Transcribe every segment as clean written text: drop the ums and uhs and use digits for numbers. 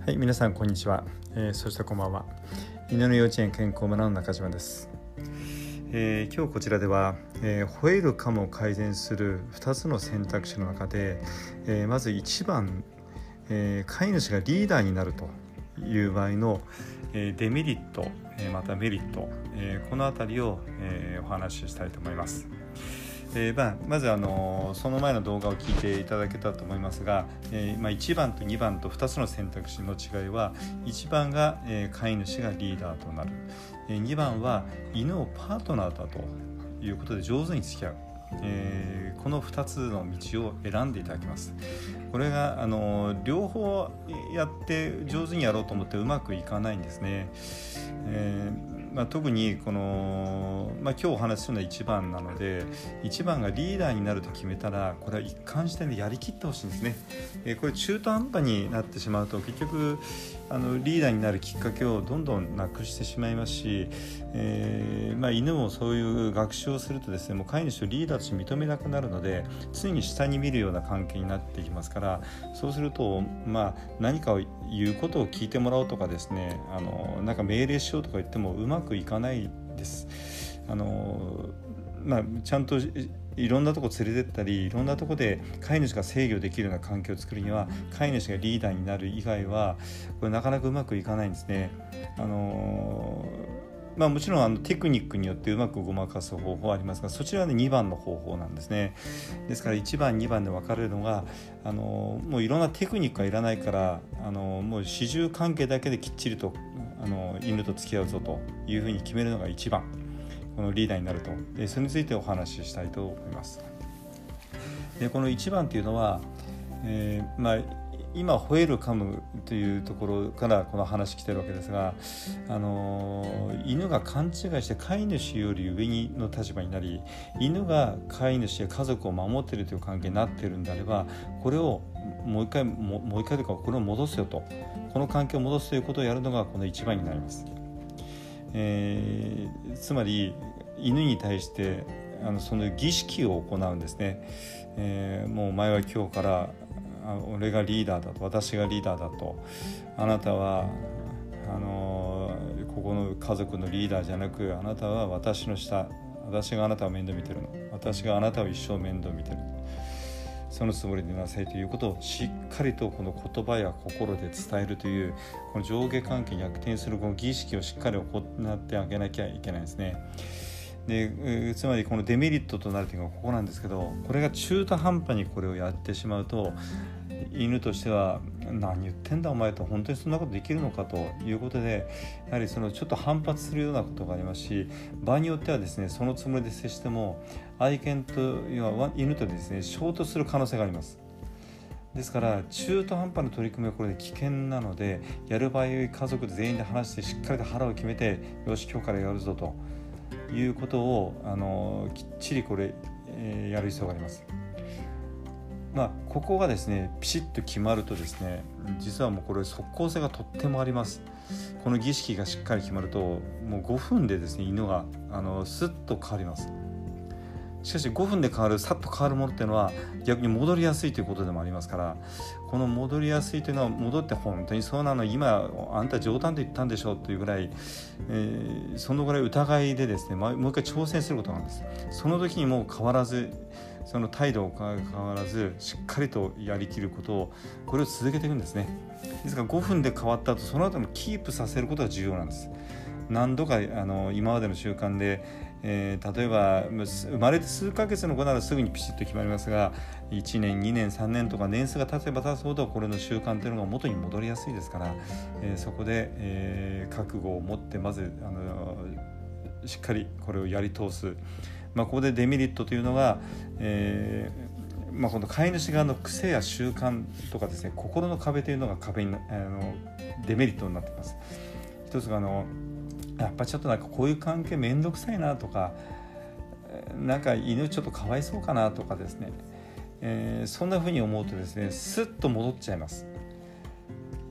はい、皆さんこんにちは、そしてこんばんは。犬の幼稚園健康村の中島です。今日こちらでは、吠える噛むを改善する2つの選択肢の中で、まず1番、飼い主がリーダーになるという場合の、デメリット、またメリット、このあたりを、お話ししたいと思います。まずその前の動画を聞いていただけたと思いますが、1番と2番と2つの選択肢の違いは、1番が、飼い主がリーダーとなる、2番は犬をパートナーだということで上手に付き合う、この2つの道を選んでいただきます。これが両方やって上手にやろうと思ってうまくいかないんですね。特にこの、今日お話しするのは1番なので、1番がリーダーになると決めたら、これは一貫してやりきってほしいんですね。これ中途半端になってしまうと結局リーダーになるきっかけをどんどんなくしてしまいますし、犬もそういう学習をするとですね、もう飼い主をリーダーとして認めなくなるので、常に下に見るような関係になっていきますから、そうすると、何かを言うことを聞いてもらおうとかですね、なんか命令しようとか言ってもうまくいかないです。ちゃんといろんなとこ連れてったり、いろんなとこで飼い主が制御できるような環境を作るには、飼い主がリーダーになる以外はこれなかなかうまくいかないんですね。もちろんテクニックによってうまくごまかす方法はありますが、そちらは、2番の方法なんですね。ですから1番2番で分かれるのが、もういろんなテクニックはいらないから、もう始終関係だけできっちりと犬と付き合うぞというふうに決めるのが1番、このリーダーになると。それについてお話ししたいと思います。でこの1番というのは、今吠える噛むというところからこの話来てるわけですが、犬が勘違いして飼い主より上の立場になり、犬が飼い主や家族を守っているという関係になっているんであれば、これをもう一回というか、これを戻すよと、この関係を戻すということをやるのがこの1番になります。つまり犬に対してその儀式を行うんですね。もうお前は今日から俺がリーダーだと、私がリーダーだと、あなたはここの家族のリーダーじゃなく、あなたは私の下、私があなたを面倒見てるの、私があなたを一生面倒見てる、そのつもりでなさいということをしっかりとこの言葉や心で伝えるという、この上下関係に逆転するこの儀式をしっかり行ってあげなきゃいけないですね。でつまりこのデメリットとなるというのがここなんですけど、これが中途半端にこれをやってしまうと、犬としては何言ってんだお前と、本当にそんなことできるのかということで、やはりちょっと反発するようなことがありますし、場合によってはですね、そのつもりで接しても愛犬と犬とですね衝突する可能性があります。ですから中途半端な取り組みはこれで危険なので、やる場合家族全員で話してしっかりと腹を決めて、よし今日からやるぞということをきっちりこれ、やる必要があります。ここがですねピシッと決まるとですね、実はもうこれ即効性がとってもあります。この儀式がしっかり決まると、もう5分でですね犬がスッと変わります。しかし5分でさっと変わるものっていうのは逆に戻りやすいということでもありますから、この戻りやすいというのは、戻って本当にそうなの、今あんた冗談で言ったんでしょというぐらい、そのぐらい疑いでですね、もう一回挑戦することなんです。その時にもう変わらず、その態度を変わらずしっかりとやりきることを、これを続けていくんですね。ですから5分で変わった後、その後もキープさせることが重要なんです。何度か今までの習慣で、例えば生まれて数ヶ月の子ならすぐにピシッと決まりますが、1年2年3年とか年数が経てば経つほどこれの習慣というのが元に戻りやすいですから、そこで、覚悟を持ってまずしっかりこれをやり通す。ここでデメリットというのが、この飼い主側の癖や習慣とかですね、心の壁というのがデメリットになっています。一つがやっぱちょっとなんかこういう関係めんどくさいなとか、なんか犬ちょっとかわいそうかなとかですね、そんな風に思うとですね、スッと戻っちゃいます。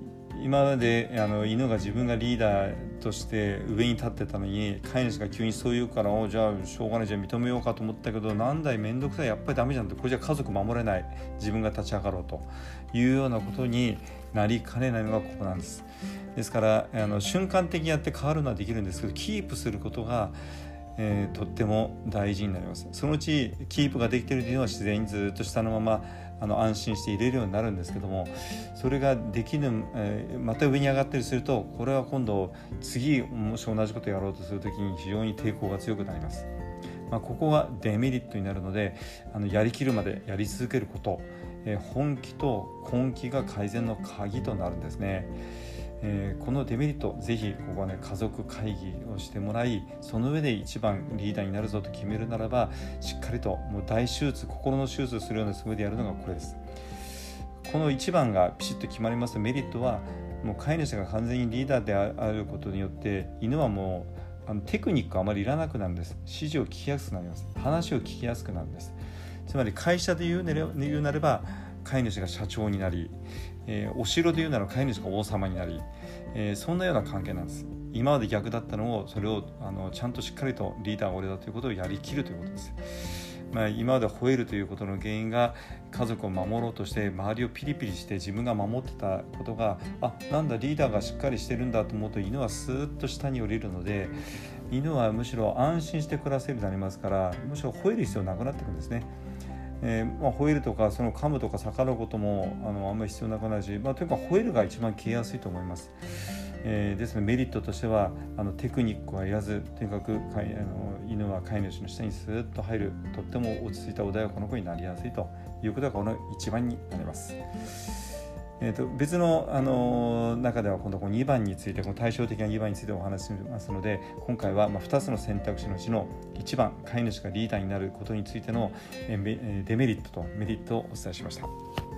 今まで犬が自分がリーダーとして上に立ってたのに、飼い主が急にそう言うからじゃあしょうがない、じゃあ認めようかと思ったけど、なんだいめんどくさい、やっぱりダメじゃんって、これじゃ家族守れない、自分が立ち上がろうというようなことになりかねないのがここなんです。ですから瞬間的にやって変わるのはできるんですけど、キープすることがとっても大事になります。そのうちキープができているというのは自然にずっと下のまま安心して入れるようになるんですけども、それができぬ、また上に上がったりすると、これは今度次もし同じことをやろうとするときに非常に抵抗が強くなります。ここがデメリットになるので、やりきるまでやり続けること、本気と根気が改善の鍵となるんですね。このデメリット、ぜひここはね、家族会議をしてもらい、その上で一番リーダーになるぞと決めるならば、しっかりともう大手術、心の手術をするようなつもりでやるのがこれです。この一番がピシッと決まりますと、メリットはもう飼い主が完全にリーダーであることによって、犬はもうテクニックあまりいらなくなるんです。指示を聞きやすくなります。話を聞きやすくなるんです。つまり会社で言うなれば飼い主が社長になり、お城で言うなら飼い主が王様になり、そんなような関係なんです。今まで逆だったのを、それをちゃんとしっかりとリーダーは俺だということをやりきるということです。今まで吠えるということの原因が、家族を守ろうとして周りをピリピリして自分が守ってたことが、なんだリーダーがしっかりしてるんだと思うと、犬はスーッと下に降りるので、犬はむしろ安心して暮らせるようになりますから、むしろ吠える必要なくなってくるんですね。吠えるとかその噛むとか逆らうこともあんまり必要なくなるし、とにかく吠えるが一番消えやすいと思います。ですのでメリットとしてはテクニックはいらず、とにかく犬は飼い主の下にスーッと入る、とっても落ち着いた穏やかな子になりやすいということがこの一番になります。別の、中では今度この2番について、この対照的な2番についてお話ししますので、今回は2つの選択肢のうちの1番、飼い主がリーダーになることについてのデメリットとメリットをお伝えしました。